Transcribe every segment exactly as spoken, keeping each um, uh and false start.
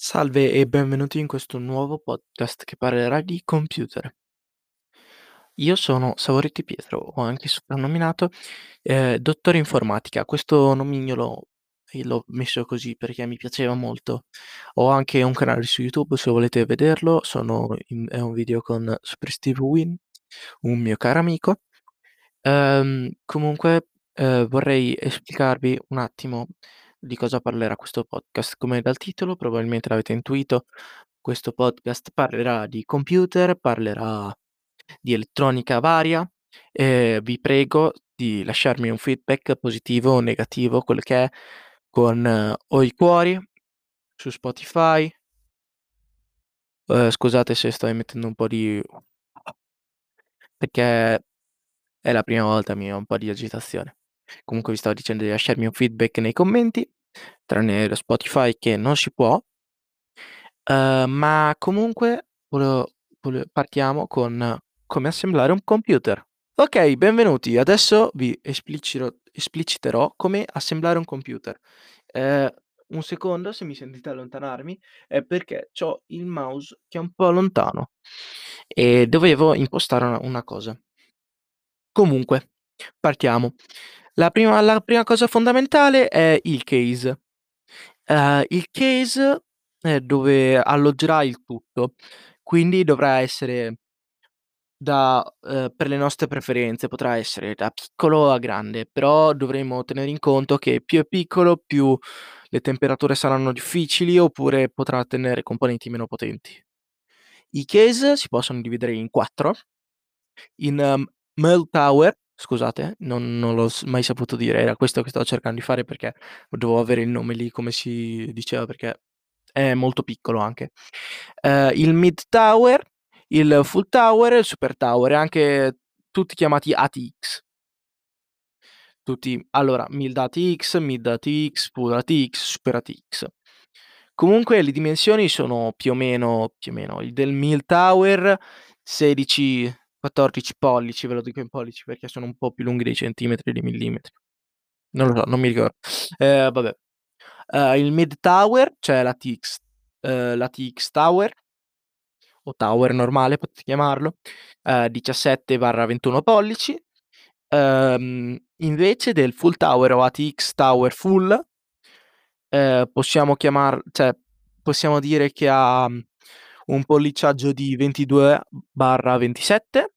Salve e benvenuti in questo nuovo podcast che parlerà di computer. Io sono Savoretti Pietro, o anche soprannominato eh, dottore informatica. Questo nomignolo eh, l'ho messo così perché mi piaceva molto. Ho anche un canale su YouTube se volete vederlo, sono in- è un video con Super Steve Wynn, un mio caro amico. Ehm, comunque eh, vorrei esplicarvi un attimo di cosa parlerà questo podcast. Come dal titolo probabilmente l'avete intuito, questo podcast parlerà di computer, parlerà di elettronica varia e vi prego di lasciarmi un feedback positivo o negativo, quel che è, con eh, o i cuori su Spotify. Eh, scusate se sto emettendo un po' di... perché è la prima volta, mi ho un po' di agitazione. Comunque vi stavo dicendo di lasciarmi un feedback nei commenti, tranne lo Spotify che non si può. Eh, ma comunque volevo- vole- partiamo con come assemblare un computer. Ok, benvenuti. Adesso vi esplicito- espliciterò come assemblare un computer. Eh, un secondo, se mi sentite allontanarmi, è perché ho il mouse che è un po' lontano e dovevo impostare una, una cosa. Comunque, partiamo. La prima, la prima cosa fondamentale è il case. Eh, il case è dove alloggerà il tutto, quindi dovrà essere da, eh, per le nostre preferenze, potrà essere da piccolo a grande, però dovremo tenere in conto che più è piccolo, più le temperature saranno difficili oppure potrà tenere componenti meno potenti. I case si possono dividere in quattro. In ehm, Mel Tower, scusate, non non l'ho s mai saputo dire, era questo che stavo cercando di fare perché dovevo avere il nome lì come si diceva, perché è molto piccolo anche. Ehm, il Mid Tower, il Full Tower e il Super Tower, e anche tutti chiamati A T X. Tutti allora, Mild A T X, Mid A T X, Full A T X, Super A T X. Comunque le dimensioni sono più o meno più o meno il del Mill Tower sedici, quattordici pollici, ve lo dico in pollici perché sono un po' più lunghi dei centimetri e dei millimetri. Non lo so, non mi ricordo. Ehm, vabbè. Ehm, il Mid Tower, cioè la T X ehm, la T X Tower o Tower normale potete chiamarlo, ehm, diciassette ventuno pollici. Ehm, invece del Full Tower o A T X Tower Full, ehm, possiamo chiamar cioè possiamo dire che ha, mhmm, un polliciaggio di ventidue ventisette,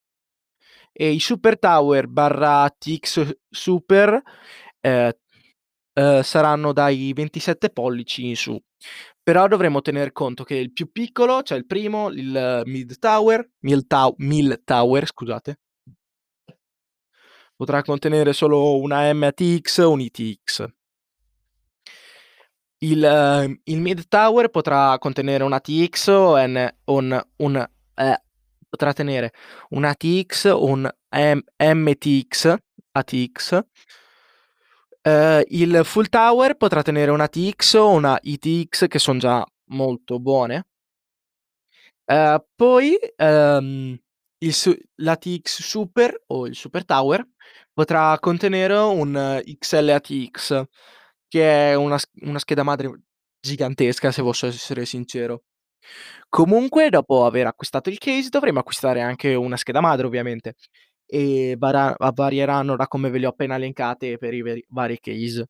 e i Super Tower barra T X Super, ehm, ehm, saranno dai ventisette pollici in su. Però dovremo tener conto che il più piccolo, cioè il primo, il Mid Tower Mill Tow Mill Tower, scusate, potrà contenere solo una M A T X o un I T X. Il ehm, il Mid Tower potrà contenere una T X o un un un eh, potrà tenere un A T X o un M MTX A T X. Ehm, il Full Tower potrà tenere una T X o una I T X che son già molto buone. Ehm, poi, ehm, il su l'A T X Super o il Super Tower potrà contenere un X L A T X, che è una sch una scheda madre gigantesca, se posso essere sincero. Comunque, dopo aver acquistato il case, dovremo acquistare anche una scheda madre ovviamente, e vara va varieranno da come ve le ho appena elencate per i veri vari case.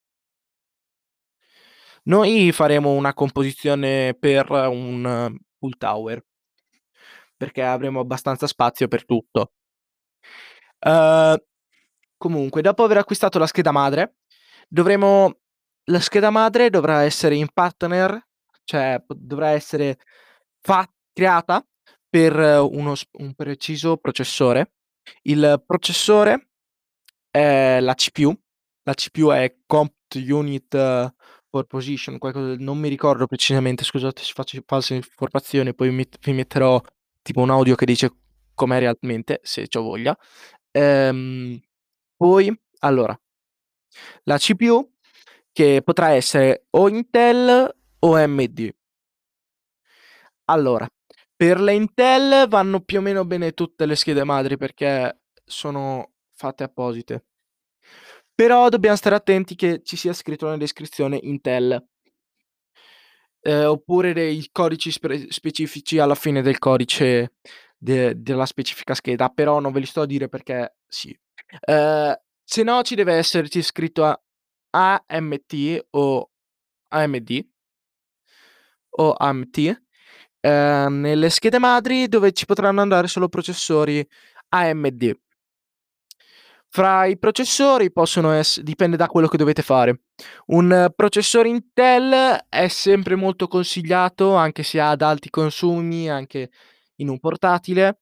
Noi faremo una composizione per un full tower, perché avremo abbastanza spazio per tutto. Uhm, Comunque dopo aver acquistato la scheda madre, dovremo la scheda madre dovrà essere in partner, cioè p dovrà essere fa creata per uno s un preciso processore. Il processore è la C P U, la C P U è Compute Unit eh, for Position, qualcosa del non mi ricordo precisamente, scusate se faccio false informazioni, poi met vi metterò tipo un audio che dice com'è realmente, se c'ho voglia. Ehm, Poi allora, la C P U che potrà essere o Intel o A M D. Allora, per le Intel vanno più o meno bene tutte le schede madri perché sono fatte apposite. Però dobbiamo stare attenti che ci sia scritto nella descrizione Intel. ehm, oppure dei codici spre specifici alla fine del codice de della specifica scheda, però non ve li sto a dire perché sì. Ehm, se no ci deve esserci scritto a A-M-T o A M D o A M T, ehm, nelle schede madri dove ci potranno andare solo processori A M D. Fra i processori possono ess dipende da quello che dovete fare. Un processore Intel è sempre molto consigliato, anche se ad alti consumi, anche in un portatile.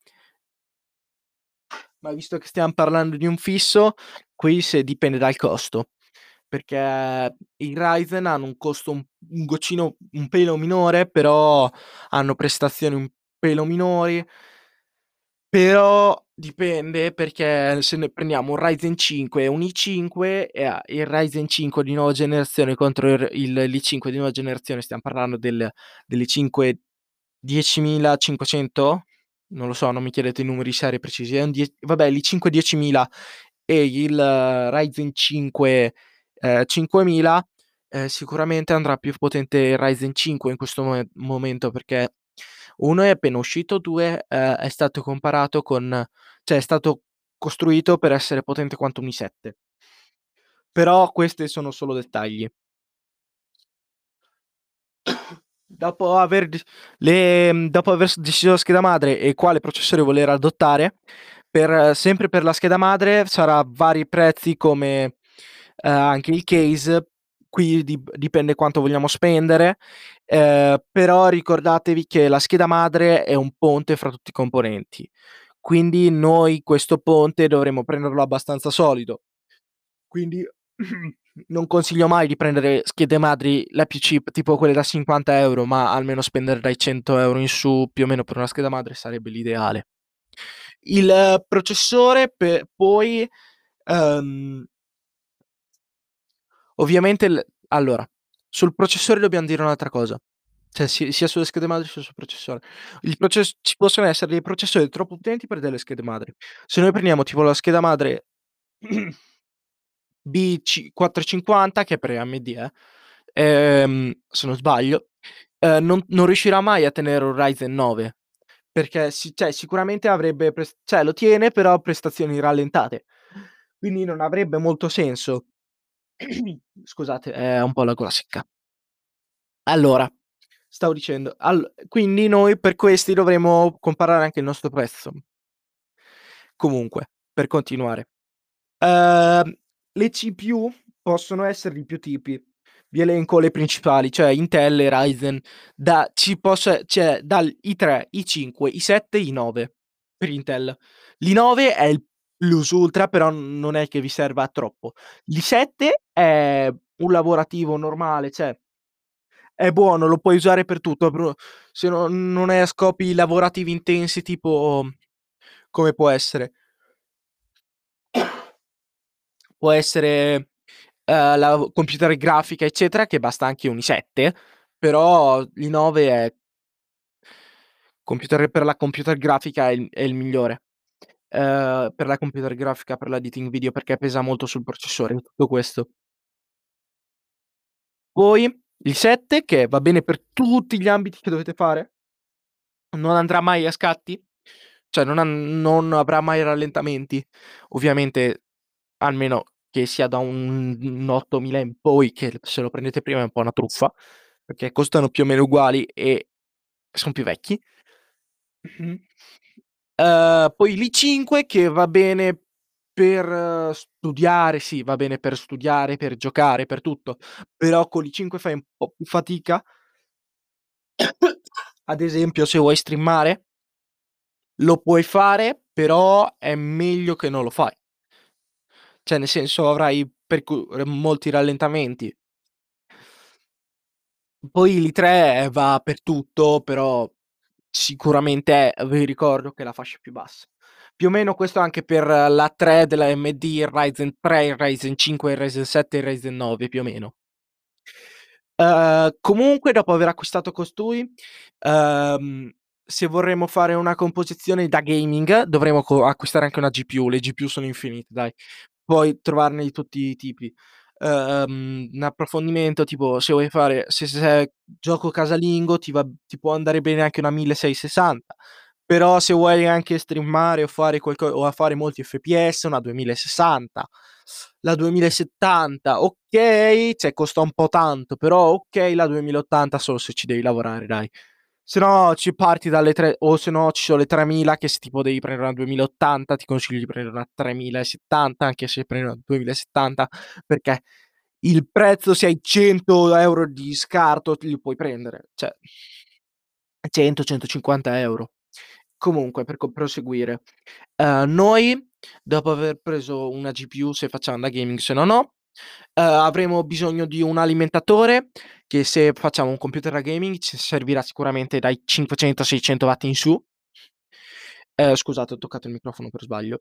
Ma visto che stiam parlando di un fisso, qui se dipende dal costo, perché i Ryzen hanno un costo un un goccino un pelo minore, però hanno prestazioni un pelo minori. Però dipende perché se noi prendiamo un Ryzen cinque e un i cinque e a il Ryzen cinque di nuova generazione contro il r il l'i cinque di nuova generazione, stiam parlando del dell'i cinque diecimilacinquecento? Non lo so, non mi chiedete i numeri seri precisi, è un die vabbè l'i cinque diecimila e il Ryzen cinque, ehm, cinquemila, ehm, sicuramente andrà più potente il Ryzen cinque in questo moe momento perché uno è appena uscito, due, ehm, è stato comparato con cioè è stato costruito per essere potente quanto un i sette. Però queste sono solo dettagli. Dopo aver d le mhmm, dopo aver s deciso la scheda madre e quale processore voler adottare, per sempre per la scheda madre sarà vari prezzi come, ehm, anche il case, qui dip dipende quanto vogliamo spendere, ehm, però ricordatevi che la scheda madre è un ponte fra tutti i componenti. Quindi noi questo ponte dovremmo prenderlo abbastanza solido. Quindi non consiglio mai di prendere schede madri le più cheap, tipo quelle da cinquanta euro, ma almeno spendere dai cento euro in su, più o meno per una scheda madre sarebbe l'ideale. Il processore pe poi, ehm ovviamente l allora, sul processore dobbiam dire un'altra cosa, cioè si sia sulle schede madri sia sul processore. Il process ci possono essere dei processori troppo potenti per delle schede madri. Se noi prendiamo tipo la scheda madre B ci quattrocentocinquanta che è per A M D eh, ehm, se non sbaglio, ehm, non non riuscirà mai a tenere un Ryzen nove, perché si cioè sicuramente avrebbe pres cioè lo tiene però a prestazioni rallentate, quindi non avrebbe molto senso. Scusate, è un po' la gola secca. Allora, stavo dicendo, al quindi noi per questi dovremo comparare anche il nostro prezzo. Comunque, per continuare. Ehm, le C P U possono essere di più tipi. Vi elenco le principali, cioè Intel e Ryzen. Da ci posso c'è dal i tre, i cinque, i sette, i nove per Intel. L'i nove è il plus ultra, però non è che vi serva a troppo. L'i sette è un lavorativo normale, cioè è buono, lo puoi usare per tutto, pro se non non è a scopi lavorativi intensi tipo come può essere può essere, ehm, la v computer grafica eccetera, che basta anche un i sette, però l'i nove è computer per la computer grafica è il è il migliore. Ehm, per la computer grafica, per l'editing video, perché pesa molto sul processore, tutto questo. Poi il sette che va bene per tutti gli ambiti che dovete fare. Non andrà mai a scatti, cioè non han non avrà mai rallentamenti. Ovviamente, almeno che sia da un un ottomila in poi, che se lo prendete prima è un po' una truffa, perché costano più o meno uguali e son più vecchi. Mh-mh. Ehm, poi l'i cinque che va bene per studiare, sì, va bene per studiare, per giocare, per tutto, però con l'i cinque fai un po' più fatica. Ad esempio se vuoi streamare lo puoi fare, però è meglio che non lo fai. Cioè nel senso avrai percu ehm, molti rallentamenti. Poi l'i tre va per tutto, però sicuramente è vi ricordo che è la fascia più bassa. Più o meno questo anche per l'A tre dell'A M D, il Ryzen tre, il Ryzen cinque, il Ryzen sette e il Ryzen nove più o meno. Ehm, comunque dopo aver acquistato costui, ehm, se vorremmo fare una composizione da gaming dovremo co acquistare anche una G P U, le G P U sono infinite dai, puoi trovarne di tutti i tipi. uhm, un approfondimento tipo se vuoi fare se se gioco casalingo ti va ti può andare bene anche una mille sei sessanta, però se vuoi anche streamare o fare qualco o a fare molti F P S una duemila sessanta. La duemila settanta okay, cioè costa un po' tanto, però okay la duemila ottanta solo se ci devi lavorare dai. Se no ci parti dalle tre o se no ci sono le tremila che se tipo devi prendere una duemila ottanta ti consiglio di prendere una tremila settanta, anche se prendi una duemila settanta, perché il prezzo se hai cento euro di scarto te li puoi prendere, cioè cento, centocinquanta euro. Comunque per co proseguire, uhm, noi dopo aver preso una G P U se facciamo da gaming, se no no, uhm, avremo bisogno di un alimentatore che se facciamo un computer da gaming ci servirà sicuramente dai cinquecento, seicento watt in su. Ehm, scusate ho toccato il microfono per sbaglio.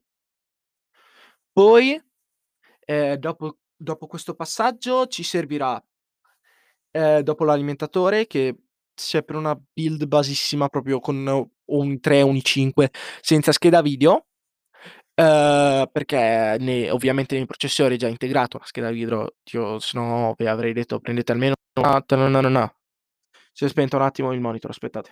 Poi, ehm, dopo dopo questo passaggio ci servirà ehm, dopo l'alimentatore che se per una build basissima proprio con un i tre, un i cinque senza scheda video, uhm, perché ne ovviamente nei processori è già integrato la scheda video, io se no vi avrei detto prendete almeno una si è spento un attimo il monitor, aspettate.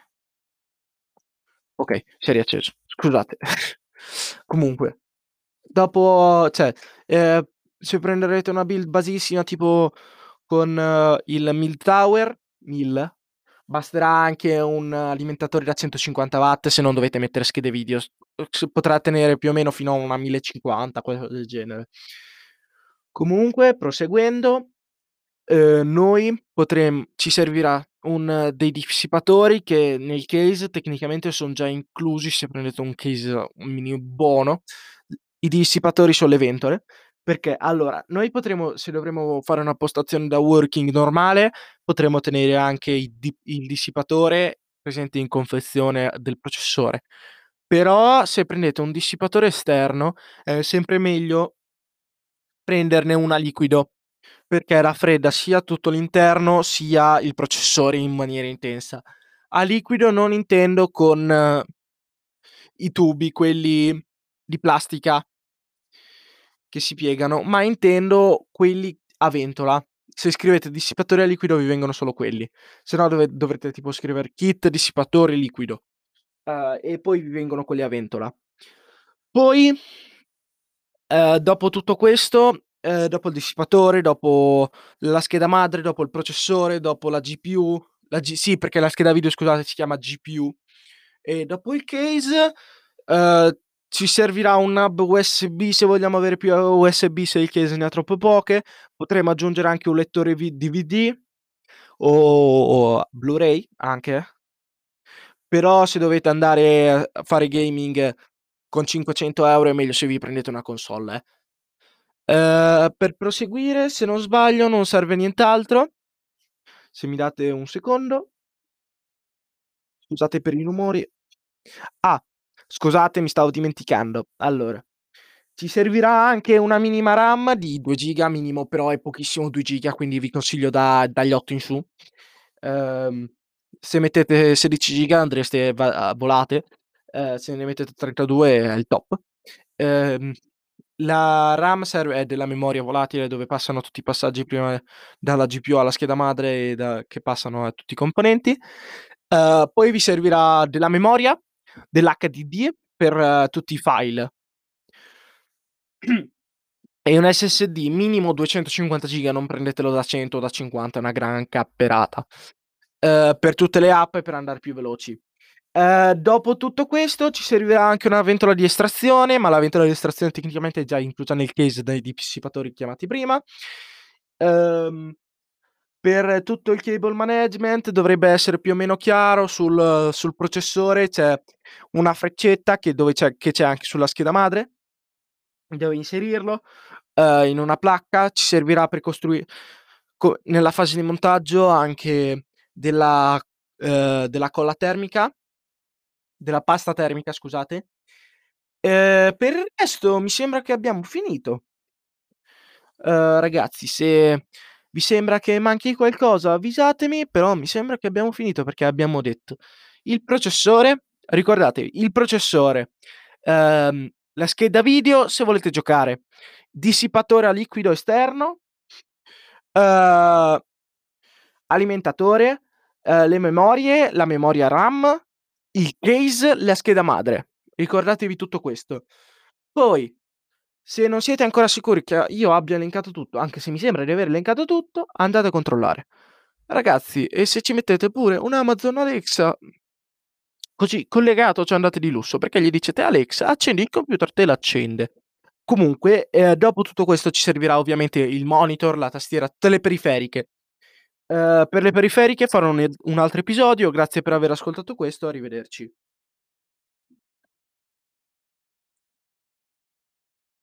Okay, si è riacceso. Scusate. Comunque, dopo cioè, ehm, se prenderete una build basissima tipo con il mill tower mill, basterà anche un alimentatore da centocinquanta watt se non dovete mettere schede video, s s potrà tenere più o meno fino a una mille e cinquanta, qualcosa del genere. Comunque proseguendo, uhm, noi potrem ci servirà un dei dissipatori che nel case tecnicamente son già inclusi se prendete un case un mini buono. I dissipatori son le ventole, perché allora noi potremo se dovremo fare una postazione da working normale, potremmo tenere anche i di il dissipatore presente in confezione del processore. Però se prendete un dissipatore esterno è sempre meglio prenderne uno a liquido, perché raffredda sia tutto l'interno, sia il processore in maniera intensa. A liquido non intendo con i tubi quelli di plastica che si piegano, ma intendo quelli a ventola. Se scrivete dissipatore a liquido vi vengono solo quelli, se no dove dovrete tipo scrivere kit dissipatore liquido, uhm, e poi vi vengono quelli a ventola. Poi Ehm, dopo tutto questo, ehm, dopo il dissipatore, dopo la scheda madre, dopo il processore, dopo la G P U, la G sì, perché la scheda video scusate si chiama G P U, e dopo il case, uhm, ci servirà un hub U S B se vogliamo avere più U S B se il case ne ha troppo poche, potremo aggiungere anche un lettore vi D V D o o Blu-ray anche. Però se dovete andare a fare gaming con cinquecento euro è meglio se vi prendete una console, eh. Ehm, per proseguire, se non sbaglio, non serve nient'altro. Se mi date un secondo. Scusate per i rumori. Ah, scusate mi stavo dimenticando. Allora, ci servirà anche una minima RAM di due giga minimo, però è pochissimo due giga, quindi vi consiglio da dagli otto in su. Ehm, se mettete sedici giga andreste va a volate, ehm, se ne mettete trentadue è il top. Ehm, la RAM serve è della memoria volatile dove passano tutti i passaggi prima dalla G P U alla scheda madre e da che passano a tutti i componenti. Uhm, poi vi servirà della memoria, dell'H D D per tutti i file. E un S S D minimo duecentocinquanta giga, non prendetelo da cento o da cinquanta, è una gran capperata. Uhm, per tutte le app e per andar più veloci. Ehm, dopo tutto questo ci servirà anche una ventola di estrazione, ma la ventola di estrazione tecnicamente è già inclusa nel case dai dissipatori chiamati prima. Uhm, per tutto il cable management dovrebbe essere più o meno chiaro sul sul processore c'è una freccetta che dove c'è che c'è anche sulla scheda madre. Dove inserirlo, uhm, in una placca, ci servirà per costrui co nella fase di montaggio anche della uhm, della colla termica della pasta termica scusate. Ehm, per il resto mi sembra che abbiamo finito. Uhm, ragazzi se vi sembra che manchi qualcosa avvisatemi, però mi sembra che abbiamo finito perché abbiamo detto il processore, ricordatevi il processore, uhm, la scheda video se volete giocare, dissipatore a liquido esterno Uhm alimentatore, uhm, le memorie, la memoria RAM, il case, la scheda madre. Ricordatevi tutto questo. Poi, se non siete ancora sicuri che io abbia elencato tutto, anche se mi sembra di aver elencato tutto, andate a controllare. Ragazzi, e se ci mettete pure un Amazon Alexa così collegato c'andate di lusso, perché gli dicete: "Alexa, accendi il computer", te l'accende. Comunque, ehm, dopo tutto questo ci servirà ovviamente il monitor, la tastiera, tutte le periferiche. Uhm, per le periferiche farò un ed un altro episodio. Grazie per aver ascoltato questo, arrivederci.